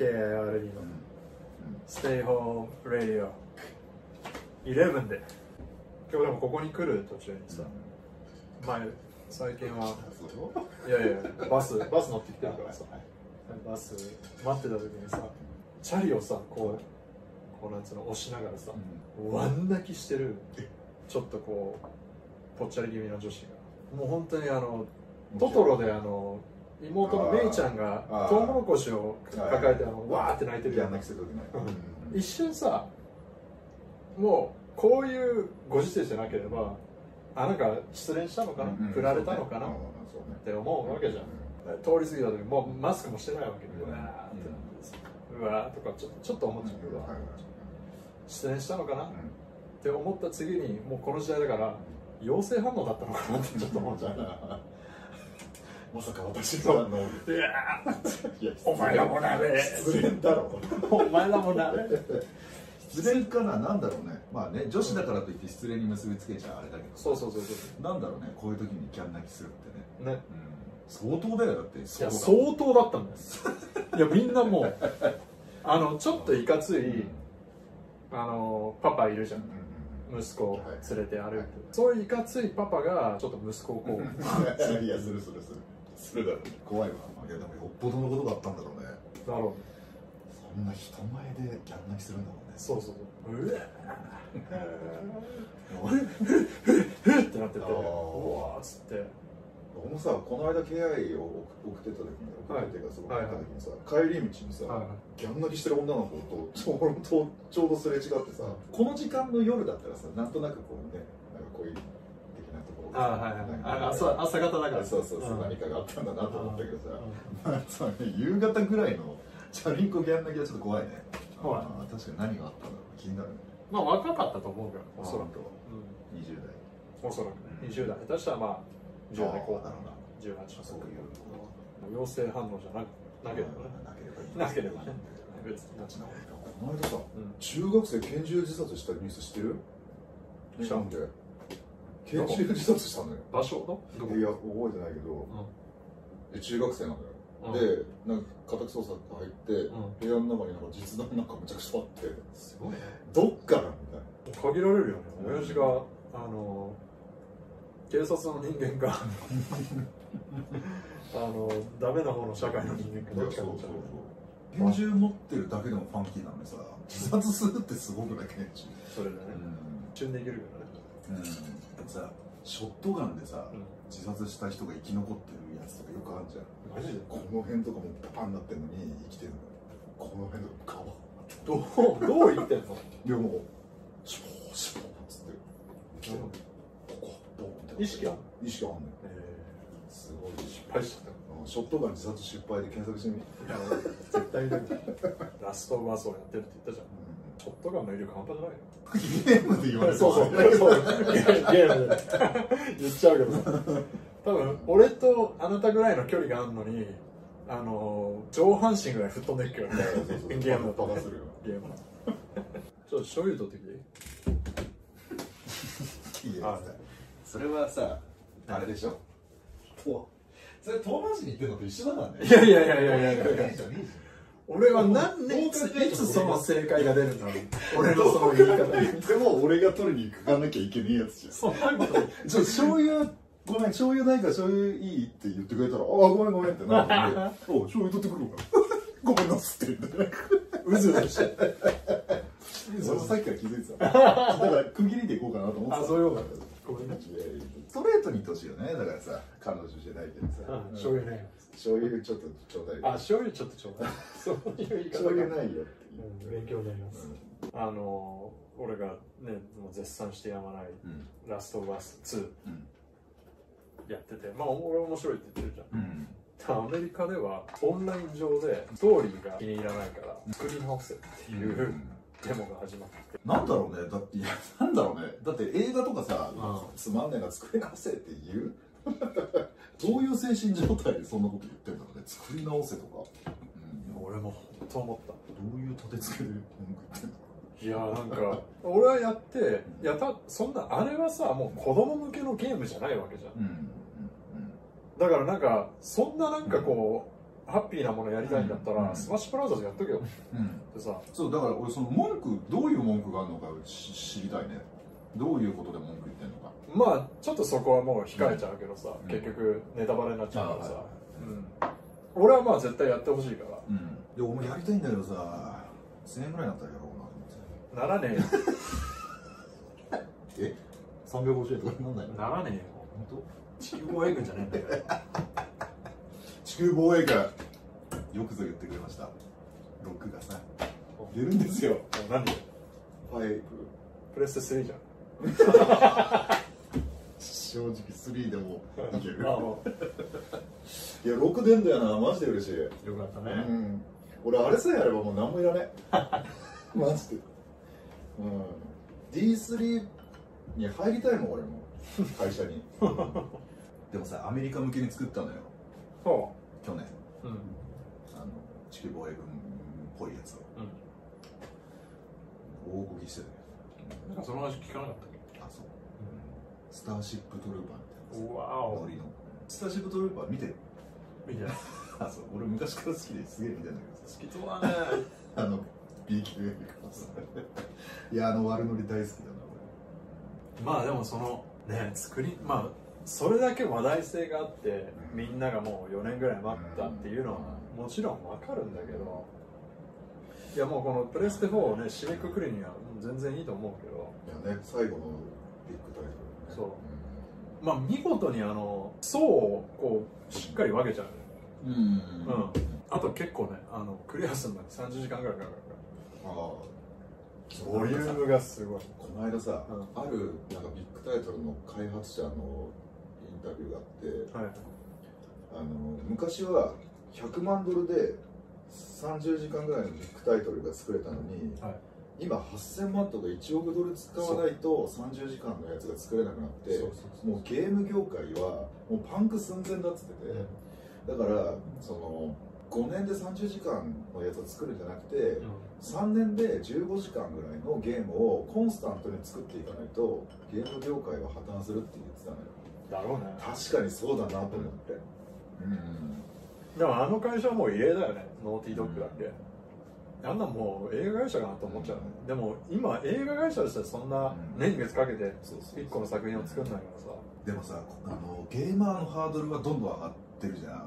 KIRD のステイホームラディオ11で、今日でもここに来る途中にさ、前最近はいやいやバス乗ってきてるからさ、バス待ってた時にさ、チャリをさこうなんつうの押しながらさ、ワン泣きしてるちょっとこうぽっちゃり気味の女子が、もう本当にトトロで妹のメイちゃんがトウモロコシを抱えてわーって泣いてるじゃん。一瞬さ、もうこういうご時世じゃなければ、なんか失恋したのかな、振られたのかなって思うわけじゃん。通り過ぎた時もうマスクもしてないわけで、うわーとかちょっと思っちゃうけど、失恋したのかなって思った次に、もうこの時代だから陽性反応だったのかなってちょっと思っちゃう。 まさか私がいやお前らもなれ失恋だろお前らもなれ失恋かな、なんだろうね。まあね、女子だからといって失恋に結びつけちゃあれだけど、 そうなんだろうね、こういう時にギャン泣きするってね。 ね、 相当だよ。だっていや相当だったんですいやみんなもうちょっといかついパパいるじゃん、息子を連れて歩く、そういういかついパパがちょっと息子をこういや、するだろうね。怖いわ。いやでもよっぽどのことがあったんだろうね。 だろうね。 そんな人前でギャン泣きするんだもんね。 そううわーってなってて、うわーっつって。 僕もさ、この間 KI を送ってた時に、送っててかそう送った時にさ、帰り道にさ、ギャン泣きしてる女の子とちょうどすれ違ってさ、この時間の夜だったらさ、なんとなくこうね、なんかこういう的なところがさ、朝方だからそう何かがあったんだなと思ったけどさ、夕方ぐらいのチャリンコギャン泣きはちょっと怖いね。確かに何があったんだろう、気になるね。 まあ若かったと思うから、おそらく 20代、 おそらく20代、下手したらまあ10代後半、18とかそういう陽性反応じゃなければね、なければね、別になっちゃう。 この間さ、中学生拳銃自殺したニュース知ってる？したんで拳銃自殺したのよ。 場所どこ？ いや覚えてないけど、中学生なのよ。で、なんか家宅捜索が入って部屋の中になんか実弾なんかめちゃくちゃあって、 すごいね。 どっからみたいな。 限られるよね。親父が警察の人間かダメな方の社会の人間かどっちか。 拳銃持ってるだけでもファンキーなのにさ、自殺するってすごくない？拳銃それでね、一瞬できるからね。 さ、ショットガンでさ、自殺した人が生き残ってるやつとかよくあるじゃん。 マジで？ この辺とかもパパになってんのに生きてるの。この辺とかどう生きてんの？ いやもうシュポーシュポーっつって生きてるの。ここボーンって意識あんの？ 意識あんのよ。すごい失敗しちゃった。 ショットガン自殺失敗で検索してみ。 絶対だけどラストバースをやってるって言ったじゃん。ショットガンの威力半端じゃないよ。 ゲームで言われる。 そうゲームで言っちゃうけど、多分俺とあなたぐらいの距離があるのに上半身ぐらい吹っ飛んでいくよね。ゲームの飛ばするよ。 ゲームちょっと醤油取ってきていい？ いいやつ。それはさ、あれでしょ。それ遠回しに言ってるのと一緒だからね。 いや俺は何年いつその正解が出るんだろう。俺のその言い方でも俺が取りに行かなきゃいけないやつじゃん。 そんなこと醤油ごめん、醤油ないから醤油いいって言ってくれたら、あ、ごめんってなるので、お、醤油取ってくるからごめんなっつって言ってうずうずして俺もさっきから気づいてただから区切りでいこうかなと思ってた。 あ、そういうことだ。ごめんね。 ストレートに言ってほしいよね。だからさ、彼女じゃないけどさ、 醤油ね。 醤油ちょっとちょうだい。 あ、醤油ちょっとちょうだい。そういう言い方。 醤油ないよって勉強になります。俺がね、もう絶賛してやまないラストバース2やってて、まあ俺面白いって言ってるじゃん。アメリカではオンライン上でストーリーが気に入らないから作り直せっていうデモが始まって。 なんだろうね。だってなんだろうね。だって映画とかさ、つまんねえな作り直せって言う。どういう精神状態でそんなこと言ってんだろうね。作り直せとか。 俺も本当思った。 どういう立て付けで文句言ってんだろう。いやなんか俺はやってそんなあれはさもう子供向けのゲームじゃないわけじゃん。だからなんかそんななんかこうハッピーなものやりたいんだったら、スマッシュブラザーズやっとけよってさ。 そうだから俺その文句、どういう文句があるのか知りたいね。どういうことで文句言ってんのか。 まあちょっとそこはもう控えちゃうけどさ、結局ネタバレになっちゃうからさ、俺はまあ絶対やってほしいから。 で俺もやりたいんだけどさ、1000円ぐらいだったらやろうなと思って。 ならねえよ。350円とかなんないの？ ならねえよ。 本当？ 地球防衛軍じゃねえんだよ。 地球防衛軍。よくぞ言ってくれました。ロックがさ、出るんですよ。 何で ？5。 プレステ3じゃん。 正直3でもいける。いああや、6出んだよな、マジで嬉しい。 よかったね。 俺、あれさえあればもう何もいらねえ。マジで。D3 に入りたいもん、俺も。会社に。でもさ、アメリカ向けに作ったのよ。去年。地球防衛軍っぽいやつを。大こぎしてたよ。 なんかその話聞かなかったっけ？ あ、そう。スターシップトルーパーみたいな。 わお。 ノリの。スターシップトルーパー見てる？ 見てない。 あ、そう。俺昔から好きですげえ見てんだけどさ。 好きそうだね。 B 級映画さ。いや、悪ノリ大好きだな、 俺。まあでもそのね、まあそれだけ話題性があって、みんながもう4年ぐらい待ったっていうのはもちろんわかるんだけど、いやもうこのプレステ4をね締めくくりには全然いいと思うけど。 いやね、最後のビッグタイトル、ね、 そう、まあ見事に層をこうしっかり分けちゃうね。あと結構ねクリアするのに30時間ぐらいかかるから。ボリュームがすごい。 この間さ、あるなんかビッグタイトルの開発者のインタビューがあって、昔は100万ドルで30時間ぐらいのビッグタイトルが作れたのに、今8000万とか1億ドル使わないと30時間のやつが作れなくなって、もうゲーム業界はもうパンク寸前だっつってて、だからその5年で30時間のやつを作るんじゃなくて、3年で15時間ぐらいのゲームをコンスタントに作っていかないとゲーム業界は破綻するって言ってたのよ。 だろうね。 確かにそうだなと思って。 でも会社はもう異例だよね、ノーティードッグだけ。あんなもう映画会社かなと思っちゃうね。でも今映画会社としてはそんな年月かけて1個の作品を作んないからさ。 でもさ、ゲーマーのハードルはどんどん上がってるじゃん。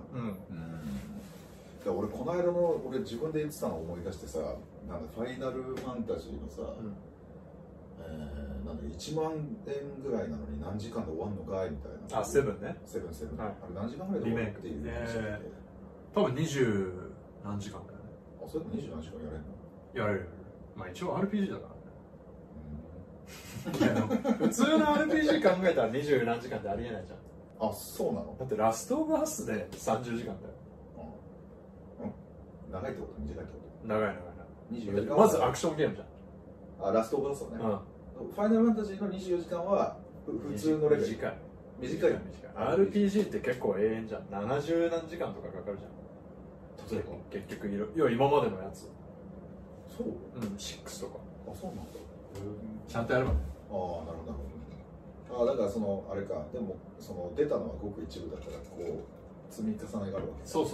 俺この間の俺自分で言ってたのを思い出してさ、なんだファイナルファンタジーのさ、なんだ1万円ぐらいなのに何時間で終わんのかいみたいな。 あ、セブンね。 セブン、あれ何時間ぐらいで終わるっていう話だっけ？ 多分20何時間だよね。 あ、それで20何時間やれるの？ やれる。まあ一応 RPG だからね。普通の RPG 考えたら20何時間ってありえないじゃん。 あ、そうなの？ だってラストオブアスで30時間だよ。 長いってこと？短いってこと？ 長い 24時間。 まずアクションゲームじゃん。 あ、ラストオブアスね。ファイナルファンタジーの24時間は普通のレベル。 短い。 短い。 RPG って結構永遠じゃん。70何時間とかかかるじゃん。例えば結局今までのやつ。 そう？ 6とか。 あ、そうなんだ。 ちゃんとやればね。 ああ、なるほど。あ、だからあれか、でも出たのはごく一部だからこう積み重ねがあるわけ。 そう。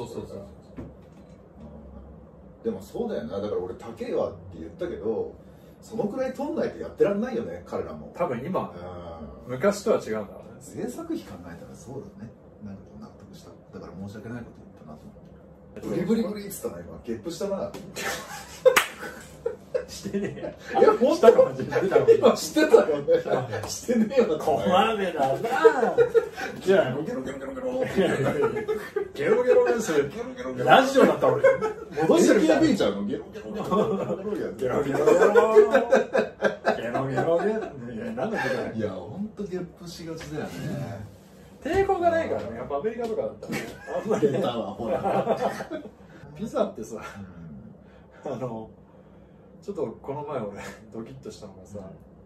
でもそうだよな。だから俺高えわって言ったけど、そのくらい取んないとやってらんないよね、彼らも。 多分今、昔とは違うんだろうね。 制作費考えたらそうだね。なんか納得した。だから申し訳ないこと言ったなと思って。ブリブリっつったな、今。ゲップしたな。 してねえや。いや、もうしたかもしれない。今してたよね。してねえよな。 こまめだな。じゃあ、ゲロゲロゲロゲロ。ゲロゲロです。ラジオだった俺。戻してるみたい。 AKB ちゃんのゲロゲロゲロゲロゲロゲロゲロ。ゲロゲロゲロ。なんだこれ。 いや、ほんとゲップしがちだよね。 抵抗がないからね。やっぱアメリカとかだったらね。あんまりね。ピザってさ、ちょっとこの前俺ドキッとしたのがさ、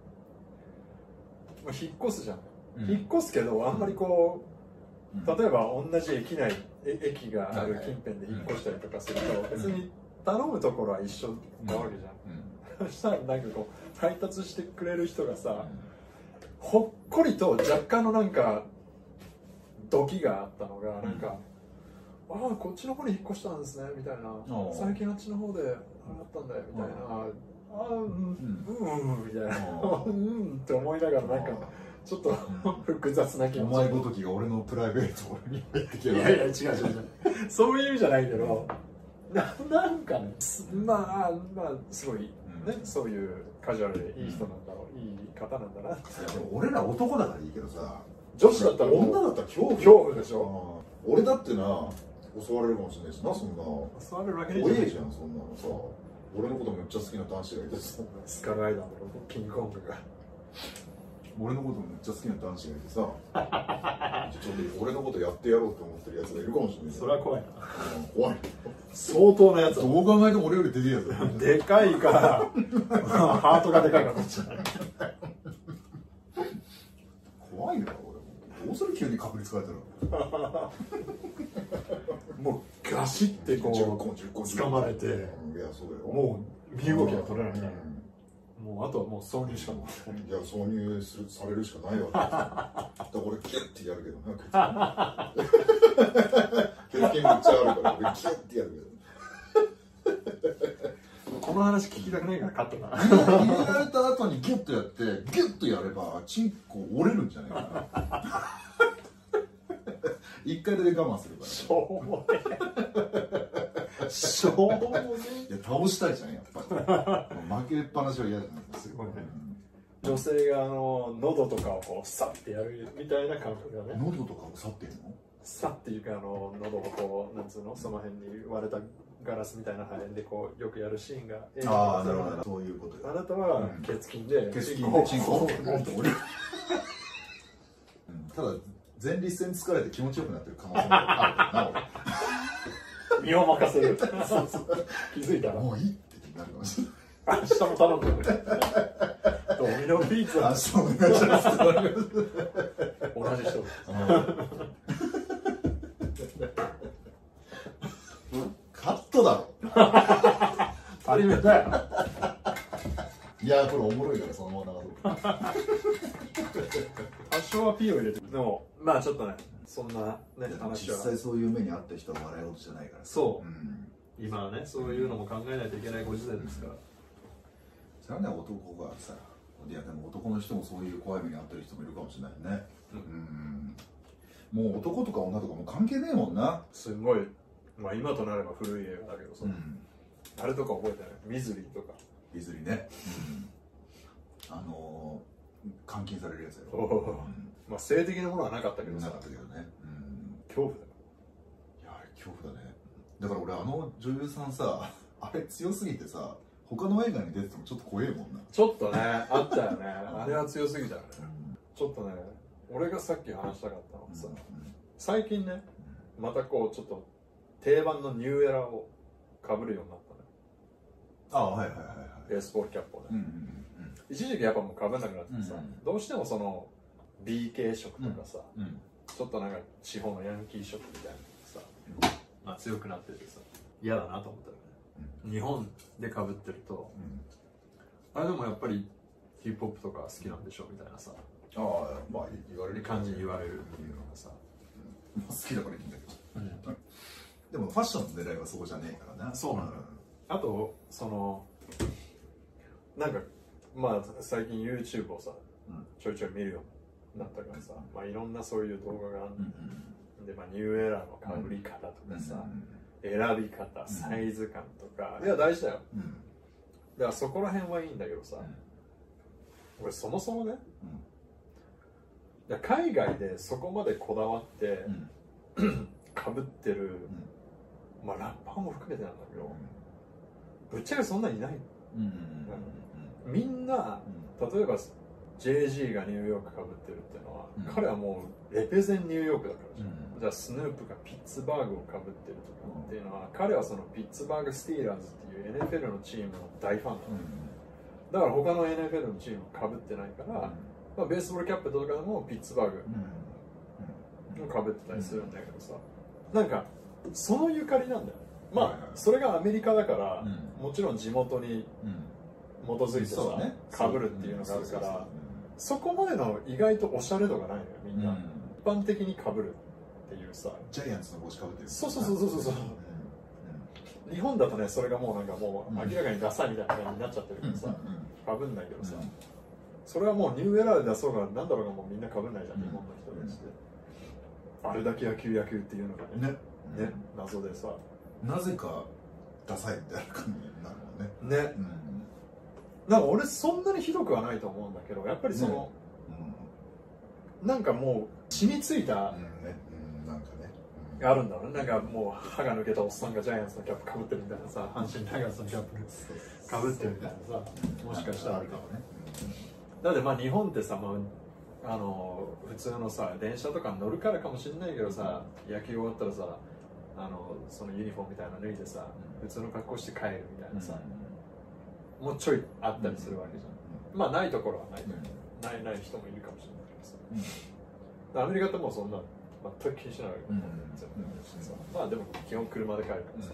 引っ越すじゃん。引っ越すけどあんまりこう、例えば同じ駅がある近辺で引っ越したりとかすると別に頼むところは一緒なわけじゃん。そしたらなんかこう配達してくれる人がさ、ほっこりと若干のなんかドキがあったのが、なんかああこっちの方に引っ越したんですねみたいな、最近あっちの方であれだったんだよみたいな、ああうんみたいなって思いながらなんかちょっと複雑な気持ち。 お前ごときが俺のプライベートを俺に入ってけば、 いやいや違うそういう意味じゃないけど、なんかね、まあすごいね、そういうカジュアルでいい人なんだろう、いい方なんだな。 俺ら男だからいいけどさ、 女子だったら女だったら恐怖でしょ。 俺だってな襲われるかもしれないしな、そんな襲われるわけ怖えじゃん、そんなのさ。俺のことめっちゃ好きな男子がいてさ、 スカライダーのキングコングが俺のことめっちゃ好きな男子がいてさちょっと俺のことやってやろうと思ってるやつがいるかもしれない。 それは怖いな。 怖い。 相当なやつ。 どう考えても俺よりでけえやつだ。 でかいからハートがでかいからこっちじゃない。 怖いよ俺。どうする急に確率変えたら。 もうガシッてこう掴まれて、 いやそうだよ。 もう身動きが取れない。もうあとはもう挿入しかも。 いや挿入されるしかないわけだから俺キュッてやるけどな。経験めっちゃあるから俺キュッてやるけど。 この話聞きたくないからカットな。 入れられた後にギュッとやってギュッとやればチンコ折れるんじゃないかな。一回で我慢するから。 しょうもねえ。しょうもねえ。いや倒したいじゃんやっぱり。負けっぱなしは嫌じゃないですよ。 女性が喉とかをこうサッてやるみたいな感覚だね。 喉とかを去ってるの？ サッっていうか喉をこうなんつうの、その辺に割れたガラスみたいな破片でこうよくやるシーンが。 ああなるほど。そういうことよ。 あなたは血筋でチンコを折る。ただ前立腺疲れて気持ちよくなってる可能性もあるな俺。身を任せる。気づいたらもういいってなるかもしれない。 明日も頼んでくれ。ドミノピーツは明日もお願いします。 同じ人。 カットだろ。 足りめだよ。 いやこれおもろいからそのまま流そう。 多少は P を入れてる。でもまあちょっとね、そんなね話は。 実際そういう目にあった人は笑い事じゃないから。 そう。今はね、そういうのも考えないといけないご時世ですから。 それはね、男がさ、いやでも男の人もそういう怖い目に遭ってる人もいるかもしれないね。もう男とか女とかも関係ねえもんな。 すごい、まあ今となれば古い映画だけどさ、あれとか覚えてない？ミズリーとか。 ミズリーね。監禁されるやつやろ。 まあ性的なものはなかったけどさ。 なかったけどね。 恐怖だよ。 いやあれ恐怖だね。だから俺女優さんさ、あれ強すぎてさ、他の映画に出ててもちょっと怖えもんな。 ちょっとね、あったよね。あれは強すぎたよね。ちょっとね、俺がさっき話したかったのはさ、最近ね、またこうちょっと定番のニューエラをかぶるようになったね。 ああ、はいはいはいはい。 ベースボールキャップをね。一時期やっぱもうかぶんなくなってさ、どうしてもその B 系色とかさ、ちょっとなんか地方のヤンキー色みたいなのさ、まあ強くなっててさ、嫌だなと思ったよね。日本でかぶってると、あれでもやっぱりヒップホップとか好きなんでしょみたいなさ、 ああ、まあ言われる感じに言われるっていうのがさ、 好きだからいいんだけど、でもファッションの狙いはそこじゃねえからな。 そうなの。あとそのなんかまあ最近 YouTube をさ、ちょいちょい見るようになったからさ、まあいろんなそういう動画があるんで、まあニューエラーのかぶり方とかさ、選び方、サイズ感とか、いや大事だよ。だからそこら辺はいいんだけどさ、俺そもそもね、海外でそこまでこだわってかぶってる、まあラッパーも含めてなんだけど、ぶっちゃけそんなにいない。みんな例えば JG がニューヨークかぶってるっていうのは、彼はもうレペゼンニューヨークだからじゃん。じゃあスヌープがピッツバーグをかぶってるとかっていうのは、彼はそのピッツバーグスティーラーズっていう NFL のチームの大ファンだから他の NFL のチームかぶってないから、まあ、ベースボールキャップとかでもピッツバーグをかぶってたりするんだけどさ、なんかそのゆかりなんだよ。まあそれがアメリカだから、もちろん地元に基づいてさかぶるっていうのがあるから、そこまでの意外とおしゃれ度がないのよみんな。一般的にかぶる。 っていうさ、 ジャイアンツの帽子かぶってる。 そうそうそうそうそう、日本だとねそれがもうなんかもう明らかにダサいみたいな感じになっちゃってるからさ、かぶんないけどさ、それはもうニューエラーで出そうがなんだろうがもうみんなかぶんないじゃん、日本の人たちで。あれだけ野球っていうのがね謎でさ、 なぜかダサいみたいな感じになるもんね。 なんか俺そんなにひどくはないと思うんだけど、やっぱりその、なんかもう染みついたなんかねがあるんだろうね。なんかもう歯が抜けたおっさんがジャイアンツのキャップかぶってるみたいなさ、阪神タイガースのキャップかぶってるみたいなさ、もしかしたらあるかもね。だってまあ日本ってさ、普通のさ電車とか乗るからかもしれないけどさ、野球終わったらさ、そのユニフォームみたいなの脱いでさ、普通の格好して帰るみたいなさ、もうちょいあったりするわけじゃん。まあないところはないけど、ない人もいるかもしれないけどさ、アメリカってもうそんな全く気にしないわけだよ、まあでも基本車で帰るからさ、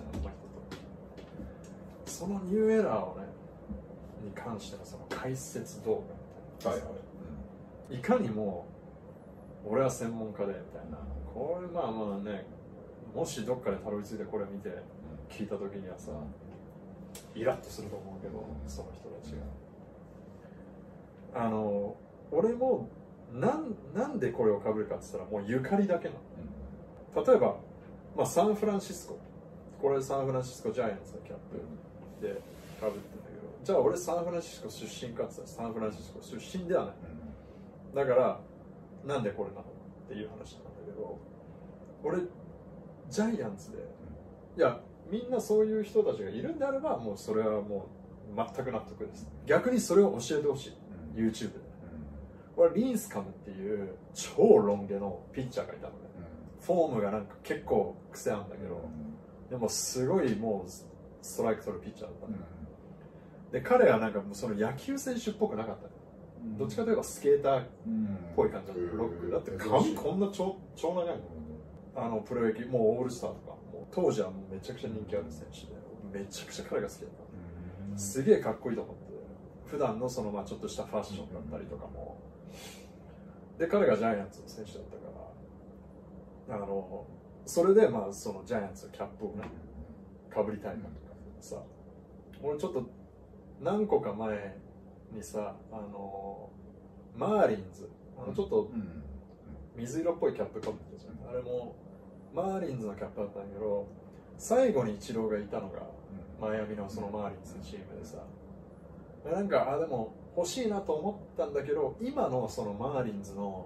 そのニューエラーをねに関してのその解説動画みたいな、いかにも俺は専門家でみたいな、これまあね、もしどっかでたどり着いてこれ見て聞いた時にはさ、イラッとすると思うけど、その人たちが俺もなんでこれをかぶるかって言ったらもうゆかりだけなの。例えば、サンフランシスコ、これサンフランシスコジャイアンツのキャップでかぶってんだけど、じゃあ俺サンフランシスコ出身かって言ったらサンフランシスコ出身ではない、だからなんでこれなのっていう話なんだけど、俺ジャイアンツで、いやみんなそういう人たちがいるんであればもうそれはもう全く納得です。逆にそれを教えてほしい、YouTube で。俺リンスカムっていう超ロン毛のピッチャーがいたのね、フォームがなんか結構癖あるんだけど、でもすごいもうストライク取るピッチャーだったの、で彼はなんかもうその野球選手っぽくなかったの、どっちかといえばスケーターっぽい感じのロックだって、髪こんな超長いの、プロ野球もうオールスターとかもう当時はもうめちゃくちゃ人気ある選手で、めちゃくちゃ彼が好きだった、すげえかっこいいと思って、普段のそのちょっとしたファッションだったりとかも、で彼がジャイアンツの選手だったから、それでそのジャイアンツのキャップをねかぶりたいなとかさ、俺ちょっと何個か前にさ、マーリンズちょっと水色っぽいキャップかぶってたじゃん、あれもマーリンズのキャップだったんだけど、最後にイチローがいたのがマイアミのそのマーリンズのチームでさ、なんかでも欲しいなと思ったんだけど、今のそのマーリンズの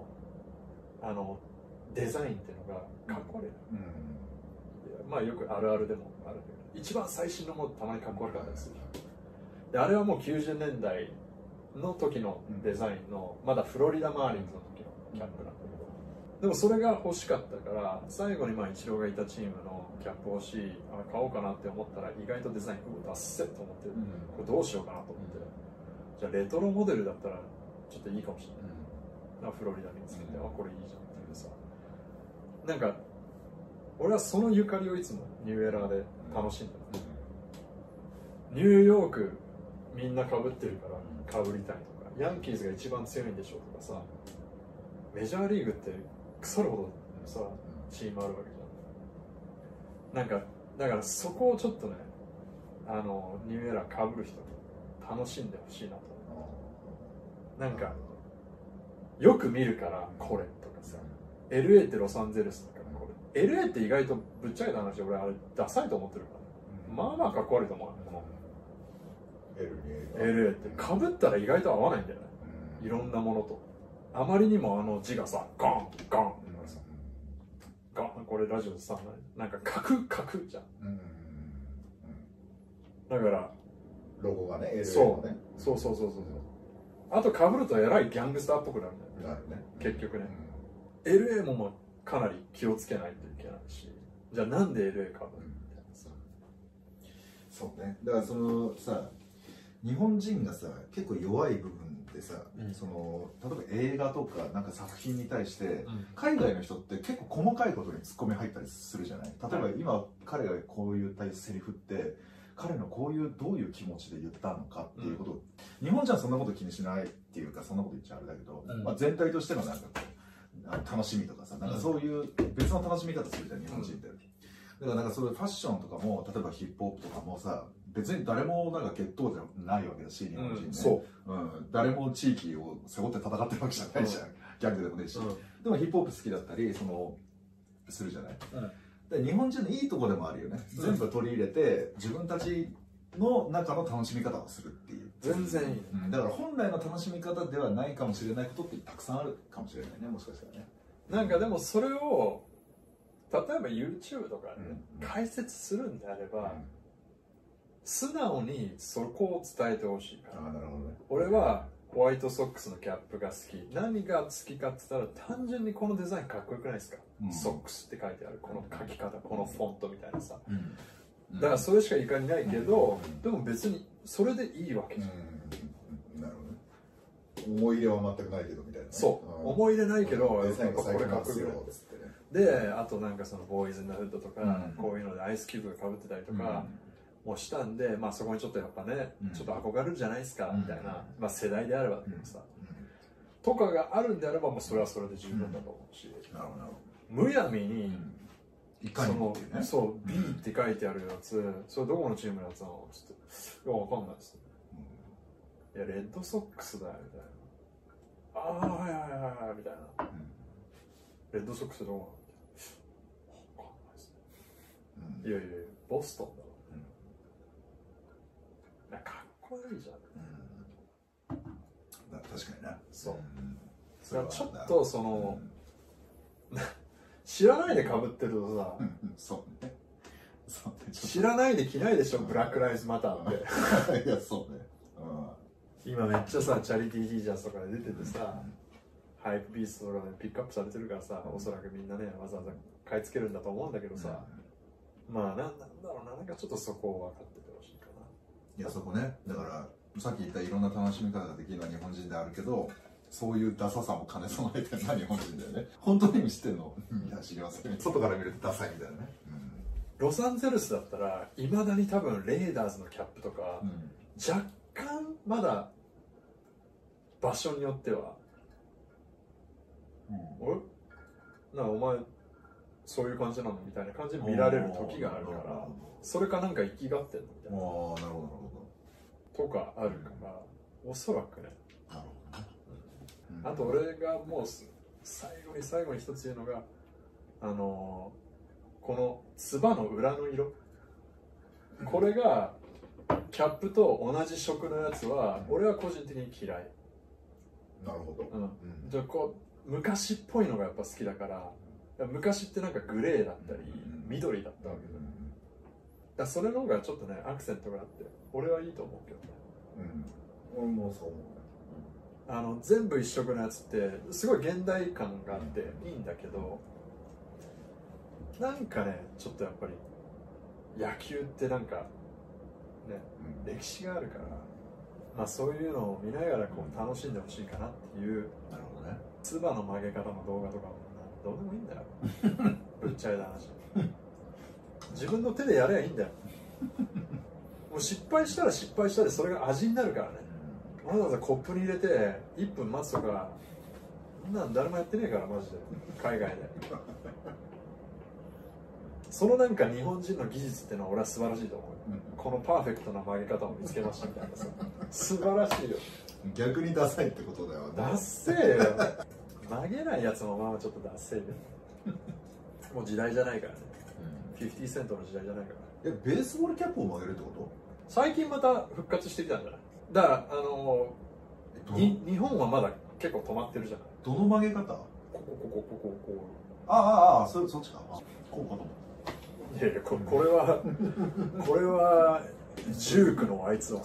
デザインっていうのがかっこ悪い、よくあるあるでもあるんだけど、一番最新のものたまにかっこ悪かったりする。であれはもう90年代の時のデザインのまだフロリダマーリンズの時のキャップなんだけど、でもそれが欲しかったから最後にイチローがいたチームのキャップ欲しい、買おうかなって思ったら意外とデザイン出せと思って、これどうしようかなと思って、じゃあレトロモデルだったらちょっといいかもしれない、フロリダにつけて、これいいじゃんっていうさ、なんか俺はそのゆかりをいつもニューエラーで楽しんでる、ニューヨークみんなかぶってるからかぶりたいとか、ヤンキーズが一番強いんでしょとかさ、メジャーリーグって腐るほどさチームあるわけじゃん。なんかだからそこをちょっとね、ニューエラーかぶる人に楽しんでほしいなと思う。なんかよく見るからこれとかさ、LA ってロサンゼルスだからこれ、LA って意外とぶっちゃけた話、俺あれダサいと思ってるから、まあかっこ悪いと思う。LA ってかぶったら意外と合わないんだよね、いろんなものと。あまりにも字がさガンガンガン、これラジオでさなんかカクじゃん、だからロゴがね、 そうあとかぶるとえらいギャングスターっぽくなるんだよね、結局ね。LA もかなり気をつけないといけないし、じゃあなんで LA かぶるみたいなさ。 そうね、だからそのさ、日本人がさ結構弱い部分でさ、その例えば映画とかなんか作品に対して、海外の人って結構細かいことにツッコミ入ったりするじゃない。例えば今彼がこういうセリフって彼のこういうどういう気持ちで言ったのかっていうことを、日本人はそんなこと気にしないっていうか、そんなこと言っちゃあれだけど、全体としてのなんかこう楽しみとかさ、なんかそういう別の楽しみ方するじゃん日本人って。だからなんかそういうファッションとかも、例えばヒップホップとかもさ、別に誰もなんか血統じゃないわけだし、日本人ね。そう。誰も地域を背負って戦ってるわけじゃないじゃん。ギャングでもねえし。でもヒップホップ好きだったり、するじゃない。で日本人のいいとこでもあるよね。全部取り入れて、自分たちの中の楽しみ方をするっていう。 全然いい、 だから本来の楽しみ方ではないかもしれないことってたくさんあるかもしれないね、もしかしたらね。 なんかでもそれを例えば YouTube とかで解説するんであれば、素直にそこを伝えてほしいから。 なるほどね。 俺はホワイトソックスのキャップが好き。何が好きかって言ったら、単純にこのデザインかっこよくないですか、ソックスって書いてあるこの書き方、このフォントみたいなさ、だからそれしかいかにないけど、でも別にそれでいいわけじゃん。 なるほどね。思い入れは全くないけどみたいな、ね、 そう、思い入れないけど、 やっぱこれかっこいいよっつってね。 で、あとなんかそのボーイズ・イン・ザ・フッドとか、こういうのでアイスキューブがかぶってたりとかもしたんで、まあそこにちょっとやっぱね、ちょっと憧れるじゃないですかみたいな、まあ世代であればだけどさ、とかがあるんであればもうそれはそれで十分だと思うし、むやみにそう B って書いてあるやつ、それどこのチームのやつなのつって、いやわかんないです、いやレッドソックスだよみたいな、ああはいはいはいはいみたいな、レッドソックスどこなの、わかんないですね、いやいやボストンだろ、かっこいいじゃん、 確かにな。 そう、ちょっとその知らないでかぶってるとさ、 そうね、 知らないで着ないでしょ、ブラックライズマターって。 いやそうね、 今めっちゃさチャリティー T シャツとかで出ててさ、ハイプビーストとかでピックアップされてるからさ、おそらくみんなねわざわざ買い付けるんだと思うんだけどさ、まあなんだろうな、なんかちょっとそこを分かっててほしいかな。 いやそこね、だからさっき言ったいろんな楽しみ方ができるのは日本人であるけど、そういうダサさも兼ね備えてるのは日本人だよね。本当に意味してんの、いや知りません、外から見るとダサいみたいなね。 ロサンゼルスだったらいまだに多分レーダーズのキャップとか、若干まだ場所によっては、なんかお前そういう感じなのみたいな感じで見られる時があるから、それかなんか生きがってんのみたいな、 なるほどなるほどとかあるから、おそらくね。あと俺がもう最後に一つ言うのが、このつばの裏の色、これがキャップと同じ色のやつは俺は個人的に嫌い。 なるほど。 じゃあこう昔っぽいのがやっぱ好きだから、昔ってなんかグレーだったり緑だったわけだ。だからそれの方がちょっとねアクセントがあって俺はいいと思うけどね。 俺もそう思う。 全部一色のやつってすごい現代感があっていいんだけど、なんかねちょっとやっぱり野球ってなんかね、歴史があるから、まあそういうのを見ながらこう楽しんでほしいかなっていう。 なるほどね。 つばの曲げ方の動画とかもどうでもいいんだよぶっちゃけた話自分の手でやればいいんだよもう失敗したら失敗したでそれが味になるからね。わざわざコップに入れて1分待つとか、そんなん誰もやってねえからマジで海外でそのなんか日本人の技術っていうのは俺は素晴らしいと思う、このパーフェクトな曲げ方を見つけましたみたいなさ素晴らしいよ。 逆にダサいってことだよね。 ダッセーよ曲げないやつもまあちょっとダッセーよもう時代じゃないからね、50セントの時代じゃないから。 ベースボールキャップを曲げるってこと？ 最近また復活してきたんじゃない？だから日本はまだ結構止まってるじゃない。 どの曲げ方？こうそっちか。こうかと思った。 いやいやこれはジュークのあいつは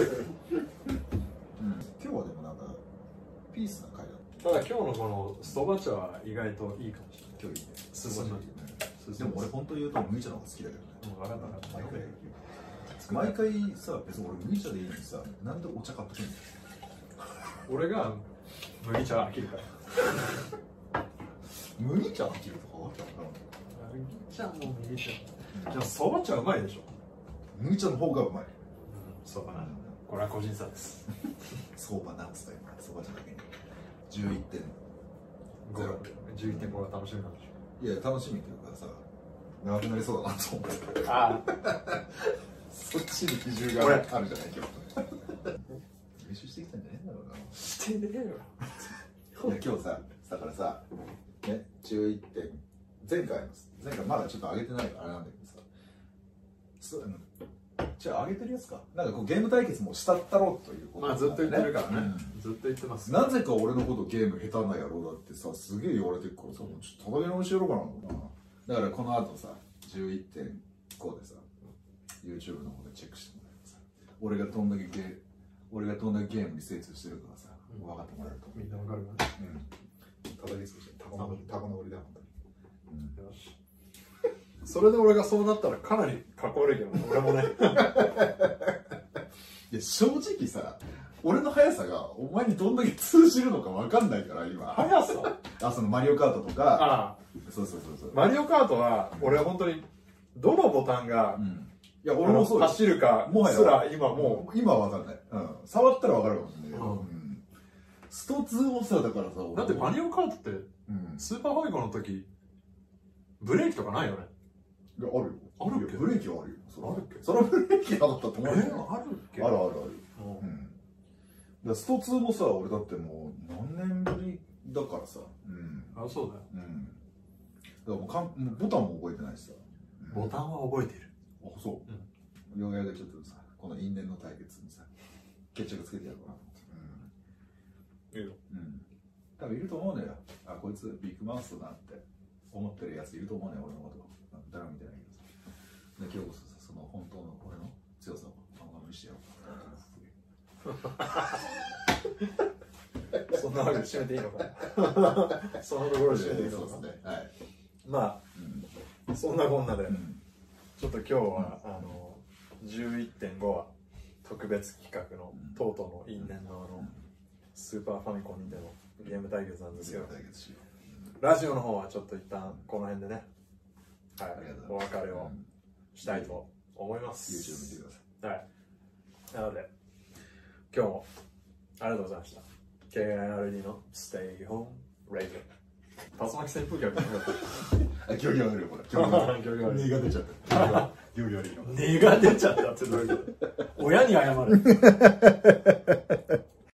今日はでもなんかピースな回だった。 ただ今日のこのそば茶は意外といいかもしれない。今日いいね。 すごい。でも俺本当言うと麦茶の方が好きだけどね。 分かんなかった。 毎回さ、別に俺麦茶でいいのにさ、なんでお茶買ってくんの？ 俺が麦茶飽きるから。 麦茶飽きるとか？ 麦茶も麦茶。でもそば茶うまいでしょ。 麦茶の方がうまい。 そうかな。これは個人差です。 相場なんつったよ。そば茶だけに。11点。 11.5 が楽しみなんでしょ。 いや楽しみっていうかさ長くなりそうだなと思ってあそっちに比重があるじゃない今日練習してきたんじゃねえんだろうな。 してねえよ。 いや今日さだからさね11点前回まだちょっと上げてないからあれなんだけどさじゃあ上げてるやつかなんかこうゲーム対決もしたったろうということ、 まあずっと言ってるからね、ずっと言ってます。 なぜか俺のことゲーム下手な野郎だってさすげえ言われてるからさちょっと叩き直しやろうかな。だからこの後さ 11.5 でさ YouTube の方でチェックしてもらえばさ俺がどんだけゲームに精通してるからさ、分かってもらえるとみんな分かるかな。 叩きつけしてタコの折りだ本当に。 よし。それで俺がそうなったらかなりかっこ悪いけどね、俺もね。 いや正直さ俺の速さがお前にどんだけ通じるのか分かんないから今。 速さそのマリオカートとか。 ああそうマリオカートは俺は本当にどのボタンが、 いや俺もそう走るかすら今は分かんない、触ったら分かるかもしれないけど、スト2もさだからさだってマリオカートって、スーパーファミコンの時ブレーキとかないよね。 いやあるよ。 あるっけ？ ブレーキはあるよ。 あるっけ？ それはブレーキなかったと思うよ。 あるっけ？ ある。スト2もさ俺だってもう何年ぶりだからさ。 あそうだよ。 だからもうボタンも覚えてないしさ。 ボタンは覚えている。 あそう。ようやくちょっとさこの因縁の対決にさ決着つけてやろうかなと思って。いいよ。多分いると思うのよ。あこいつビッグマウスだなって思ってるやついると思うのよ俺のこと。誰も見てないけどさ。で今日こそさその本当の俺の強さを見せてやろうか。 そんなわけで締めていいのかな。そのところで締めていいのかな。はい。まあ、そんなこんなで、ちょっと今日は11.5 は特別企画のとうとうの因縁のスーパーファミコンにでのゲーム対決なんですけど、ラジオの方はちょっと一旦この辺でね、はい、お別れをしたいと思います。 YouTube 見てください。 はい。なので今日もありがとうございました。KIRD の Stay Home Radio。竜巻旋風脚なかった。 行儀悪いよこれ。根が出ちゃった。行儀悪いよ。 根が出ちゃったってどういうこと？親に謝る。